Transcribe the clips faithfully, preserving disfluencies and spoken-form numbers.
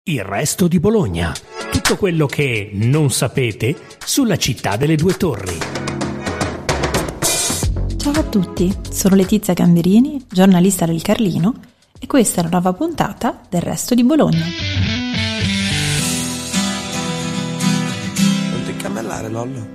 Il resto di Bologna. Tutto quello che non sapete sulla città delle due torri. Ciao a tutti, sono Letizia Gamberini, giornalista del Carlino, e questa è una nuova puntata del Resto di Bologna. Non ti camellare, Lollo.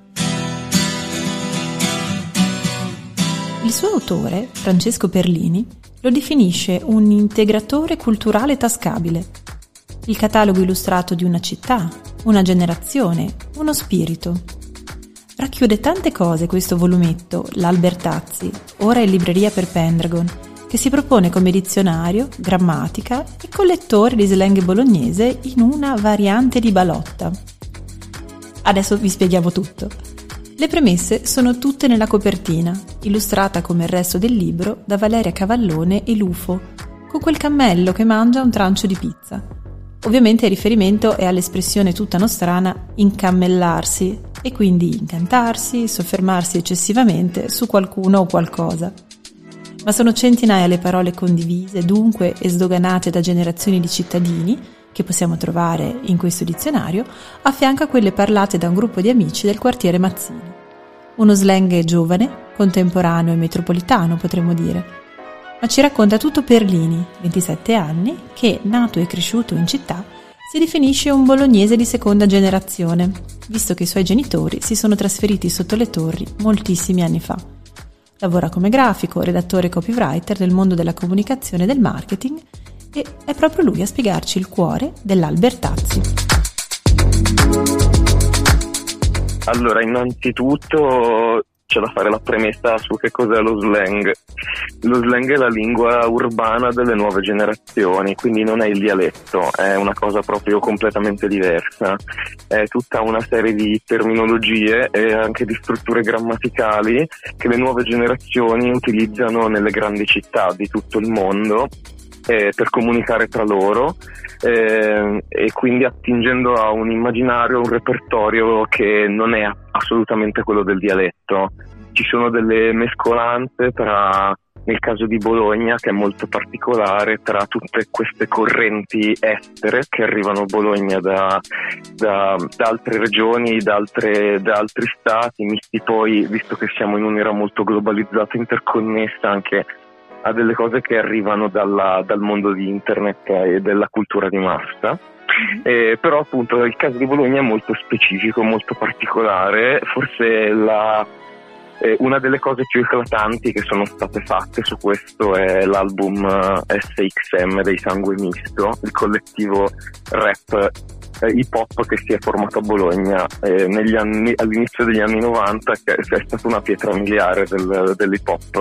Il suo autore, Francesco Perlini, lo definisce un integratore culturale tascabile. Il catalogo illustrato di una città, una generazione, uno spirito. Racchiude tante cose questo volumetto, l'Albertazzi, ora in libreria per Pendragon, che si propone come dizionario, grammatica e collettore di slang bolognese in una variante di balotta. Adesso vi spieghiamo tutto. Le premesse sono tutte nella copertina, illustrata come il resto del libro da Valeria Cavallone e Lufo, con quel cammello che mangia un trancio di pizza. Ovviamente il riferimento è all'espressione tutta nostrana incammellarsi e quindi incantarsi, soffermarsi eccessivamente su qualcuno o qualcosa. Ma sono centinaia le parole condivise, dunque, e sdoganate da generazioni di cittadini, che possiamo trovare in questo dizionario, a fianco a quelle parlate da un gruppo di amici del quartiere Mazzini. Uno slang giovane, contemporaneo e metropolitano, potremmo dire. Ma ci racconta tutto Perlini, ventisette anni, che, nato e cresciuto in città, si definisce un bolognese di seconda generazione, visto che i suoi genitori si sono trasferiti sotto le torri moltissimi anni fa. Lavora come grafico, redattore e copywriter del mondo della comunicazione e del marketing, e è proprio lui a spiegarci il cuore dell'Albertazzi. Allora, innanzitutto c'è da fare la premessa su che cos'è lo slang. Lo slang è la lingua urbana delle nuove generazioni, quindi non è il dialetto, è una cosa proprio completamente diversa. È tutta una serie di terminologie e anche di strutture grammaticali che le nuove generazioni utilizzano nelle grandi città di tutto il mondo eh, per comunicare tra loro. Eh, e quindi attingendo a un immaginario, un repertorio che non è assolutamente quello del dialetto. Ci sono delle mescolanze tra, nel caso di Bologna, che è molto particolare, tra tutte queste correnti estere che arrivano a Bologna da, da, da altre regioni, da, altre, da altri stati, misti poi, visto che siamo in un'era molto globalizzata, interconnessa, anche a delle cose che arrivano dalla, dal mondo di internet e della cultura di massa. Eh, però appunto il caso di Bologna è molto specifico, molto particolare. Forse la, eh, una delle cose più eclatanti che sono state fatte su questo è l'album S X M dei Sangue Misto, il collettivo rap eh, hip hop che si è formato a Bologna eh, negli anni, all'inizio degli anni novanta, che è stata una pietra miliare del, dell'hip hop.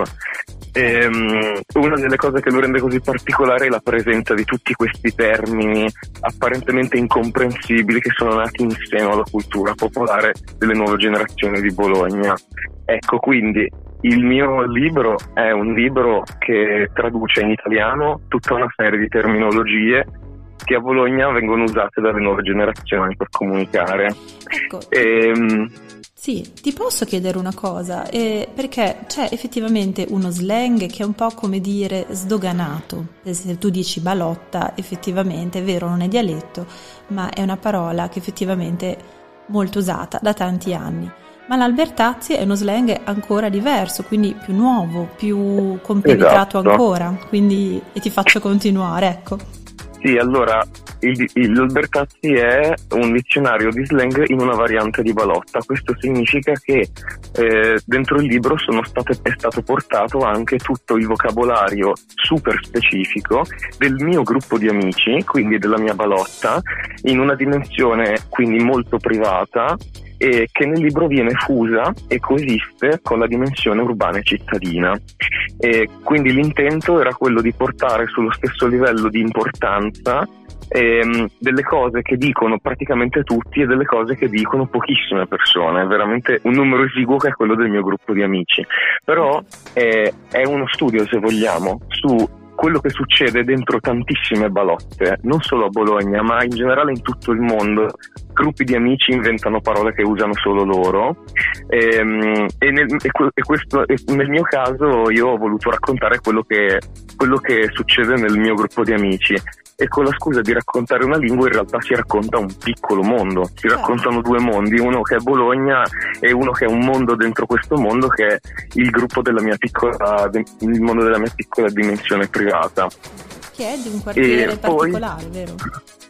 E, um, una delle cose che lo rende così particolare è la presenza di tutti questi termini apparentemente incomprensibili che sono nati in seno alla cultura popolare delle nuove generazioni di Bologna. Ecco, quindi il mio libro è un libro che traduce in italiano tutta una serie di terminologie che a Bologna vengono usate dalle nuove generazioni per comunicare. Ecco. E, um, Sì, ti posso chiedere una cosa, eh, perché c'è effettivamente uno slang che è un po' come dire sdoganato. Se tu dici balotta, effettivamente è vero, non è dialetto, ma è una parola che effettivamente è molto usata da tanti anni. Ma l'Albertazzi è uno slang ancora diverso, quindi più nuovo, più compenetrato esatto. ancora, quindi e ti faccio continuare, ecco. Sì, allora, il, il, l'Albertazzi è un dizionario di slang in una variante di balotta. Questo significa che eh, dentro il libro sono state, è stato portato anche tutto il vocabolario super specifico del mio gruppo di amici, quindi della mia balotta, in una dimensione quindi molto privata, e che nel libro viene fusa e coesiste con la dimensione urbana e cittadina. E quindi l'intento era quello di portare sullo stesso livello di importanza ehm, delle cose che dicono praticamente tutti e delle cose che dicono pochissime persone. È veramente un numero esiguo che è quello del mio gruppo di amici, però è, è uno studio, se vogliamo, su quello che succede dentro tantissime balotte, non solo a Bologna ma in generale in tutto il mondo. Gruppi di amici inventano parole che usano solo loro e, e, nel, e questo, e nel mio caso io ho voluto raccontare quello che quello che succede nel mio gruppo di amici, e con la scusa di raccontare una lingua in realtà si racconta un piccolo mondo, si raccontano due mondi, uno che è Bologna e uno che è un mondo dentro questo mondo che è il gruppo della mia piccola, il mondo della mia piccola dimensione privata. Che è di un quartiere e particolare, poi, vero?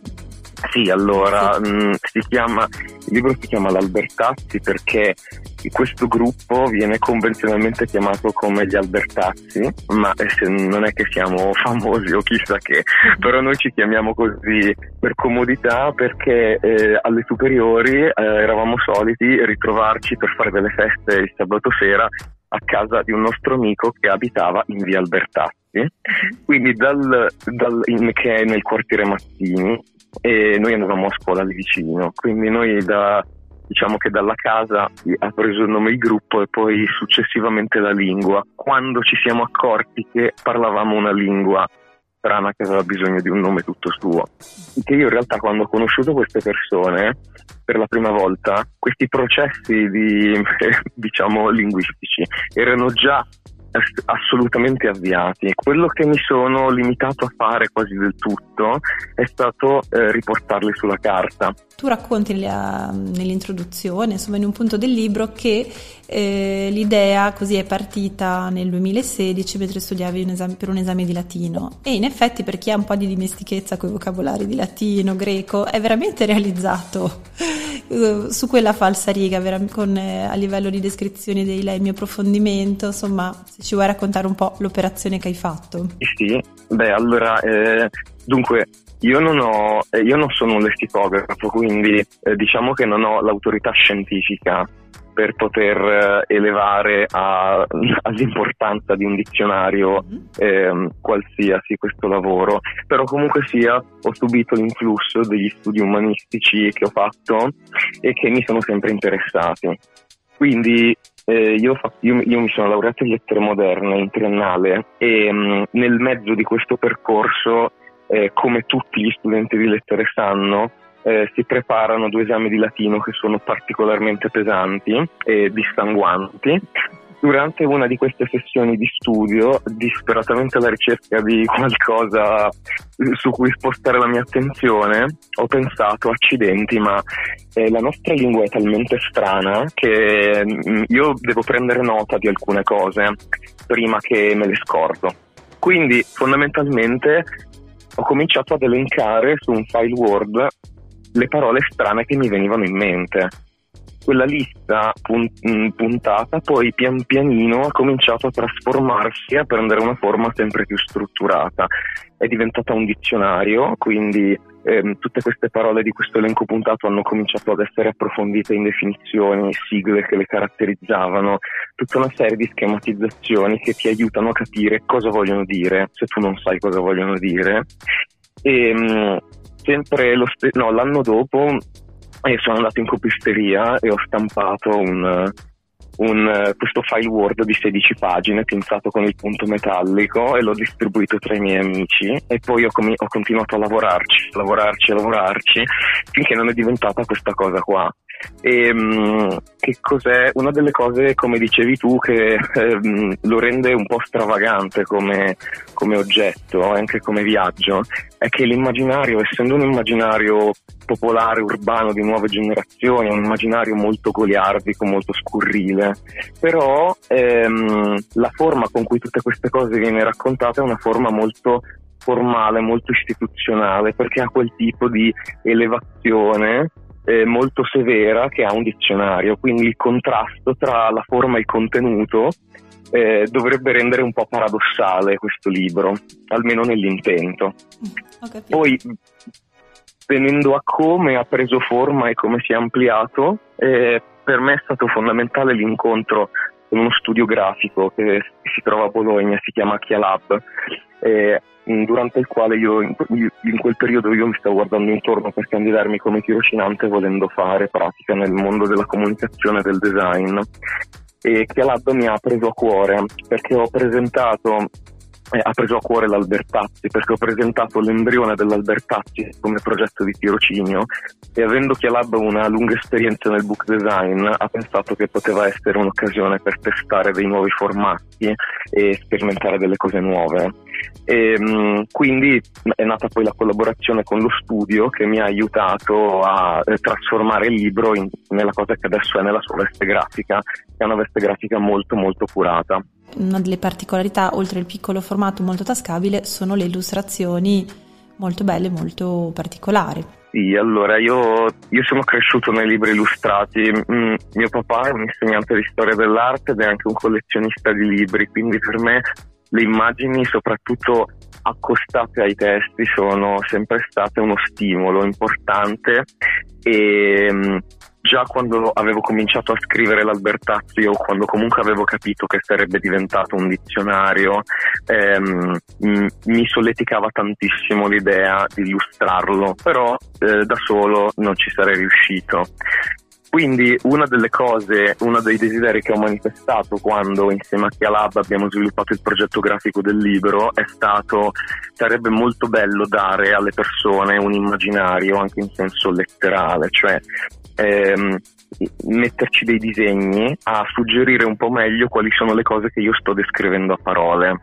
Sì, allora sì. Mh, si chiama, il libro si chiama L'Albertazzi perché questo gruppo viene convenzionalmente chiamato come gli Albertazzi, ma non è che siamo famosi o chissà che, però noi ci chiamiamo così per comodità perché eh, alle superiori eh, eravamo soliti ritrovarci per fare delle feste il sabato sera a casa di un nostro amico che abitava in via Albertazzi, quindi dal, dal, in, che è nel quartiere Mazzini, e noi andavamo a scuola lì vicino, quindi noi da diciamo che dalla casa ha preso il nome il gruppo e poi successivamente la lingua, quando ci siamo accorti che parlavamo una lingua strana che aveva bisogno di un nome tutto suo. Che io in realtà quando ho conosciuto queste persone per la prima volta, questi processi di diciamo linguistici erano già assolutamente avviati. Quello che mi sono limitato a fare quasi del tutto è stato eh, riportarli sulla carta. Tu racconti nella, nell'introduzione, insomma in un punto del libro, che eh, l'idea così è partita nel duemilasedici mentre studiavi un esame, per un esame di latino, e in effetti per chi ha un po' di dimestichezza con i vocabolari di latino, greco, è veramente realizzato uh, su quella falsariga, vera- con, eh, a livello di descrizioni dei lemmi, approfondimento, insomma se ci vuoi raccontare un po' l'operazione che hai fatto. Sì, beh allora eh, dunque Io non ho, io non sono un lessicografo, quindi eh, diciamo che non ho l'autorità scientifica per poter eh, elevare a, all'importanza di un dizionario eh, qualsiasi questo lavoro, però comunque sia ho subito l'influsso degli studi umanistici che ho fatto e che mi sono sempre interessati. Quindi eh, io, ho fatto, io, io mi sono laureato in lettere moderne in triennale e mh, nel mezzo di questo percorso Eh, come tutti gli studenti di lettere sanno, eh, si preparano due esami di latino che sono particolarmente pesanti e dissanguanti. Durante una di queste sessioni di studio, disperatamente alla ricerca di qualcosa su cui spostare la mia attenzione, ho pensato, accidenti, ma eh, la nostra lingua è talmente strana che mh, io devo prendere nota di alcune cose prima che me le scordo. Quindi fondamentalmente ho cominciato ad elencare su un file Word le parole strane che mi venivano in mente. Quella lista pun- puntata poi pian pianino ha cominciato a trasformarsi, a prendere una forma sempre più strutturata. È diventata un dizionario, quindi ehm, tutte queste parole di questo elenco puntato hanno cominciato ad essere approfondite in definizioni, sigle che le caratterizzavano, tutta una serie di schematizzazioni che ti aiutano a capire cosa vogliono dire, se tu non sai cosa vogliono dire. E mh, sempre lo st- no, l'anno dopo eh, sono andato in copisteria e ho stampato un, un, questo file Word di sedici pagine pinzato con il punto metallico e l'ho distribuito tra i miei amici, e poi ho, com- ho continuato a lavorarci, lavorarci, lavorarci finché non è diventata questa cosa qua. E mh, che cos'è? Una delle cose, come dicevi tu, che ehm, lo rende un po' stravagante come, come oggetto, anche come viaggio, è che l'immaginario, essendo un immaginario popolare, urbano, di nuove generazioni, è un immaginario molto goliardico, molto scurrile, però ehm, la forma con cui tutte queste cose viene raccontate è una forma molto formale, molto istituzionale, perché ha quel tipo di elevazione Eh, molto severa che ha un dizionario, quindi il contrasto tra la forma e il contenuto eh, dovrebbe rendere un po' paradossale questo libro, almeno nell'intento. Poi, venendo a come ha preso forma e come si è ampliato, eh, per me è stato fondamentale l'incontro con uno studio grafico che si trova a Bologna, si chiama Chialab, eh, durante il quale io in, in quel periodo io mi stavo guardando intorno per candidarmi come tirocinante, volendo fare pratica nel mondo della comunicazione e del design, e Chialab mi ha preso a cuore perché ho presentato eh, ha preso a cuore l'Albertazzi, perché ho presentato l'embrione dell'Albertazzi come progetto di tirocinio, e avendo Chialab una lunga esperienza nel book design ha pensato che poteva essere un'occasione per testare dei nuovi formati e sperimentare delle cose nuove. E, mh, quindi è nata poi la collaborazione con lo studio, che mi ha aiutato a eh, trasformare il libro in, nella cosa che adesso è nella sua veste grafica, che è una veste grafica molto molto curata. Una delle particolarità, oltre il piccolo formato molto tascabile, sono le illustrazioni molto belle, molto particolari. Sì, allora io, io sono cresciuto nei libri illustrati. Mm, mio papà è un insegnante di storia dell'arte ed è anche un collezionista di libri, quindi per me le immagini, soprattutto accostate ai testi, sono sempre state uno stimolo importante. E mm, già quando avevo cominciato a scrivere l'Albertazzi, o quando comunque avevo capito che sarebbe diventato un dizionario, ehm, m- mi solleticava tantissimo l'idea di illustrarlo, però eh, da solo non ci sarei riuscito. Quindi una delle cose, uno dei desideri che ho manifestato quando insieme a Chialab abbiamo sviluppato il progetto grafico del libro è stato: sarebbe molto bello dare alle persone un immaginario anche in senso letterale, cioè ehm, metterci dei disegni a suggerire un po' meglio quali sono le cose che io sto descrivendo a parole.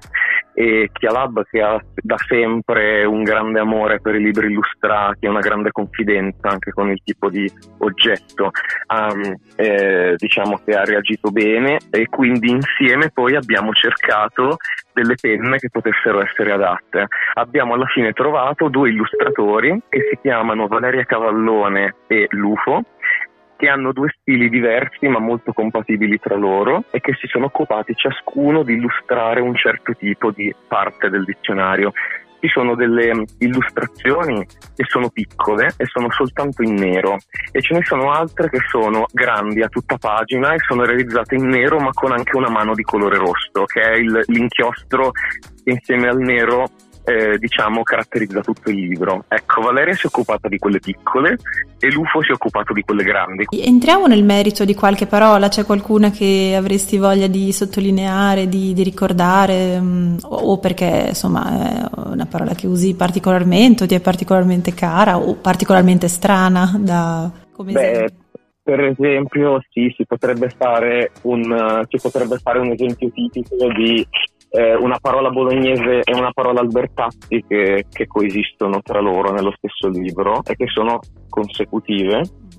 E Chialab, che ha da sempre un grande amore per i libri illustrati e una grande confidenza anche con il tipo di oggetto, um, eh, diciamo che ha reagito bene, e quindi insieme poi abbiamo cercato delle penne che potessero essere adatte. Abbiamo alla fine trovato due illustratori che si chiamano Valeria Cavallone e Lufo, che hanno due stili diversi ma molto compatibili tra loro, e che si sono occupati ciascuno di illustrare un certo tipo di parte del dizionario. Ci sono delle illustrazioni che sono piccole e sono soltanto in nero, e ce ne sono altre che sono grandi a tutta pagina e sono realizzate in nero ma con anche una mano di colore rosso, che è il, l'inchiostro che insieme al nero Eh, diciamo caratterizza tutto il libro. Ecco, Valeria si è occupata di quelle piccole e Lufo si è occupato di quelle grandi. Entriamo nel merito di qualche parola. C'è qualcuna che avresti voglia di sottolineare, di, di ricordare, um, o perché insomma è una parola che usi particolarmente o ti è particolarmente cara o particolarmente strana da come Beh, esempio? per esempio sì, si potrebbe fare un uh, si potrebbe fare un esempio tipico di Eh, una parola bolognese e una parola Albertazzi che, che coesistono tra loro nello stesso libro e che sono consecutive.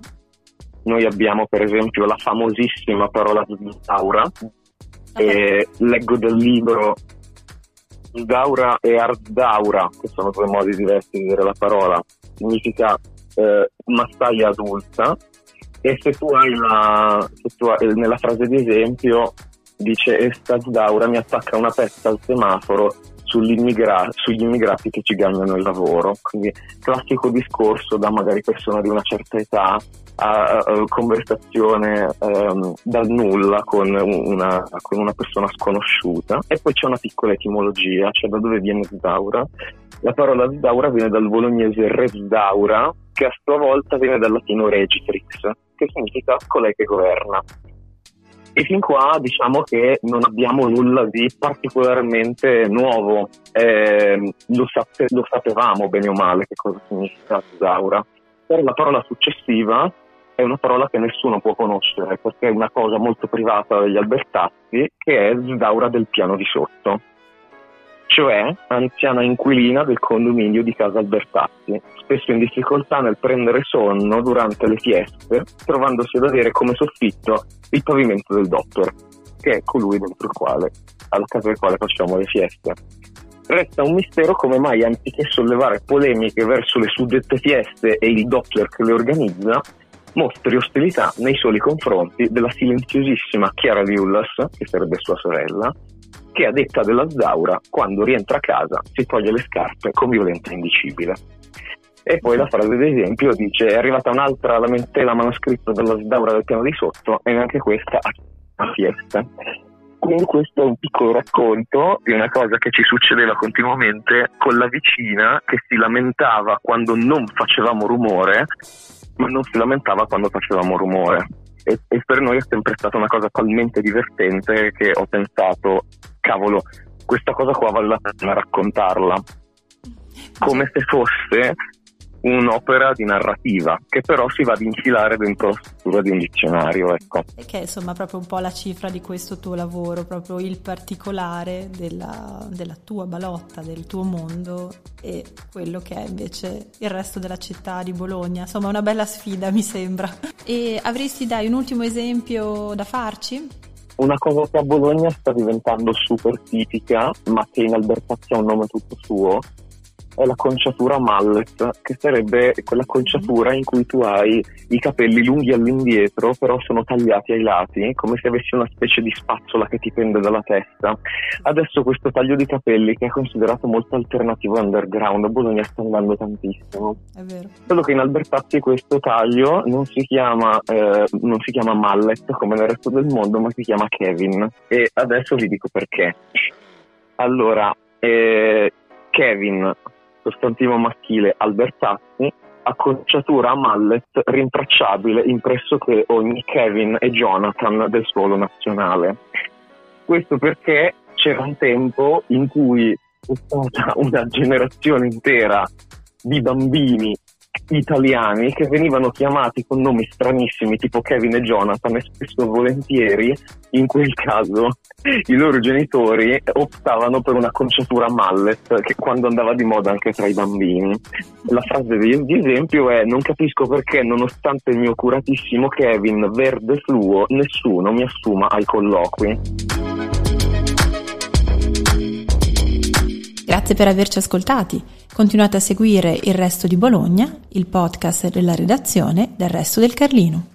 Noi abbiamo per esempio la famosissima parola Sdaura, e leggo del libro Sdaura e Arzdaura, che sono due modi diversi di dire la parola, significa eh, massaia adulta, e se tu hai la se tu hai, nella frase di esempio dice: Esta Sdaura mi attacca una pezza al semaforo sull'immigra- sugli immigrati che ci gagnano il lavoro. Quindi classico discorso da magari persona di una certa età a, a, a conversazione um, dal nulla con una, con una persona sconosciuta. E poi c'è una piccola etimologia, cioè da dove viene Sdaura. La parola Sdaura viene dal bolognese resdaura, che a sua volta viene dal latino regitrix, che significa colei che governa. E fin qua diciamo che non abbiamo nulla di particolarmente nuovo, eh, lo, sape- lo sapevamo bene o male che cosa significa Sdaura. Per la parola successiva è una parola che nessuno può conoscere, perché è una cosa molto privata degli Albertazzi, che è Sdaura del piano di sotto, cioè anziana inquilina del condominio di casa Albertazzi, spesso in difficoltà nel prendere sonno durante le fieste, trovandosi ad avere come soffitto il pavimento del dottor, che è colui dentro il quale, alla casa del quale facciamo le fieste. Resta un mistero come mai, anziché sollevare polemiche verso le suddette fieste e il doppler che le organizza, mostri ostilità nei soli confronti della silenziosissima Chiara Viullas, che sarebbe sua sorella, che a detta della Sdaura, quando rientra a casa, si toglie le scarpe con violenza indicibile. E poi la frase d'esempio dice: è arrivata un'altra lamentela manoscritta della Sdaura del piano di sotto, e neanche questa a fiesta. Quindi questo è un piccolo racconto di una cosa che ci succedeva continuamente con la vicina, che si lamentava quando non facevamo rumore, ma non si lamentava quando facevamo rumore. E, e per noi è sempre stata una cosa talmente divertente che ho pensato: cavolo, questa cosa qua vale la pena raccontarla, come se fosse un'opera di narrativa che però si va ad infilare dentro la struttura di un dizionario, ecco. E che è insomma proprio un po' la cifra di questo tuo lavoro, proprio il particolare della, della tua balotta, del tuo mondo e quello che è invece il resto della città di Bologna. Insomma, una bella sfida, mi sembra. E avresti, dai, un ultimo esempio da farci? Una cosa che a Bologna sta diventando super tipica, ma che in Albertazzi ha un nome tutto suo, è la conciatura mallet, che sarebbe quella conciatura in cui tu hai i capelli lunghi all'indietro, però sono tagliati ai lati, come se avessi una specie di spazzola che ti pende dalla testa. Adesso questo taglio di capelli, che è considerato molto alternativo e underground, a Bologna sta andando tantissimo. È vero. Solo che in Albertazzi questo taglio non si chiama eh, non si chiama mallet come nel resto del mondo, ma si chiama Kevin. E adesso vi dico perché. Allora, eh, Kevin, sostantivo maschile, Albertazzi, acconciatura a mallet rintracciabile in pressoché ogni Kevin e Jonathan del suolo nazionale. Questo perché c'era un tempo in cui è stata una generazione intera di bambini italiani che venivano chiamati con nomi stranissimi tipo Kevin e Jonathan, e spesso volentieri in quel caso i loro genitori optavano per una conciatura mallet, che quando andava di moda anche tra i bambini. La frase di, di esempio è: non capisco perché nonostante il mio curatissimo Kevin verde fluo nessuno mi assuma ai colloqui. Grazie per averci ascoltati. Continuate a seguire Il Resto di Bologna, il podcast della redazione del Resto del Carlino.